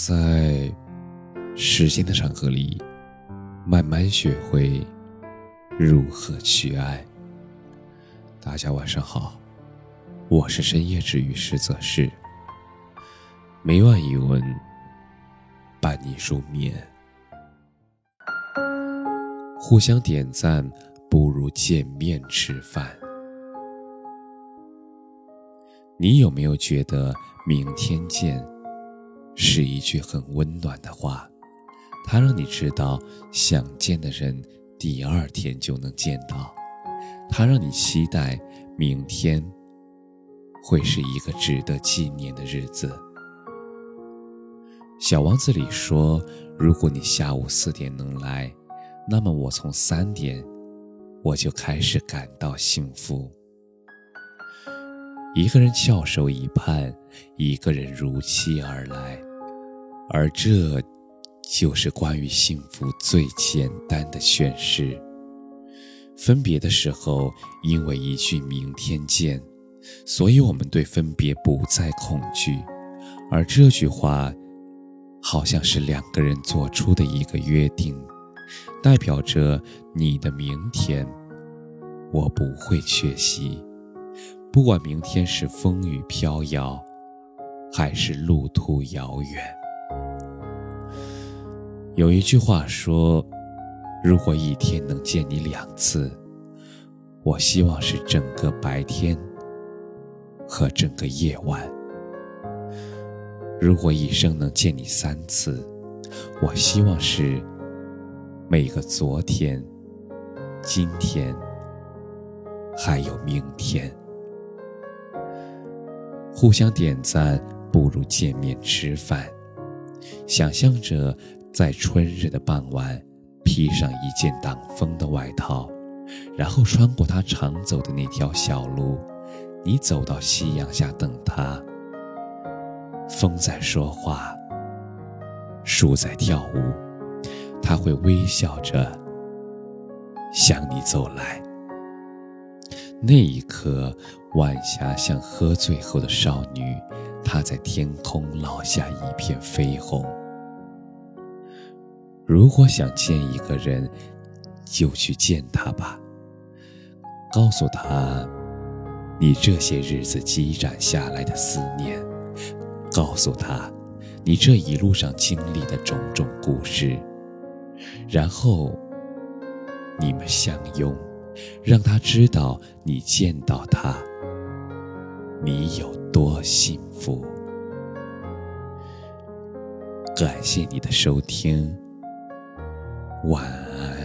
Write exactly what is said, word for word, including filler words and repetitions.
在时间的长河里，慢慢学会如何去爱。大家晚上好，我是深夜治愈师则是，每晚一文伴你入眠。互相点赞不如见面吃饭。你有没有觉得明天见是一句很温暖的话？它让你知道想见的人第二天就能见到，它让你期待明天会是一个值得纪念的日子。小王子里说，如果你下午四点能来，那么我从三点我就开始感到幸福。一个人翘首以盼，一个人如期而来，而这就是关于幸福最简单的宣示。分别的时候，因为一句明天见，所以我们对分别不再恐惧，而这句话好像是两个人做出的一个约定，代表着你的明天我不会缺席，不管明天是风雨飘摇还是路途遥远。有一句话说，如果一天能见你两次，我希望是整个白天和整个夜晚。如果一生能见你三次，我希望是每个昨天、今天还有明天。互相点赞不如见面吃饭。想象着在春日的傍晚，披上一件挡风的外套，然后穿过他常走的那条小路，你走到夕阳下等他。风在说话，树在跳舞，他会微笑着向你走来。那一刻，晚霞像喝醉后的少女，她在天空烙下一片绯红。如果想见一个人，就去见他吧，告诉他你这些日子积攒下来的思念，告诉他你这一路上经历的种种故事，然后你们相拥，让他知道你见到他，你有多幸福。感谢你的收听，晚安。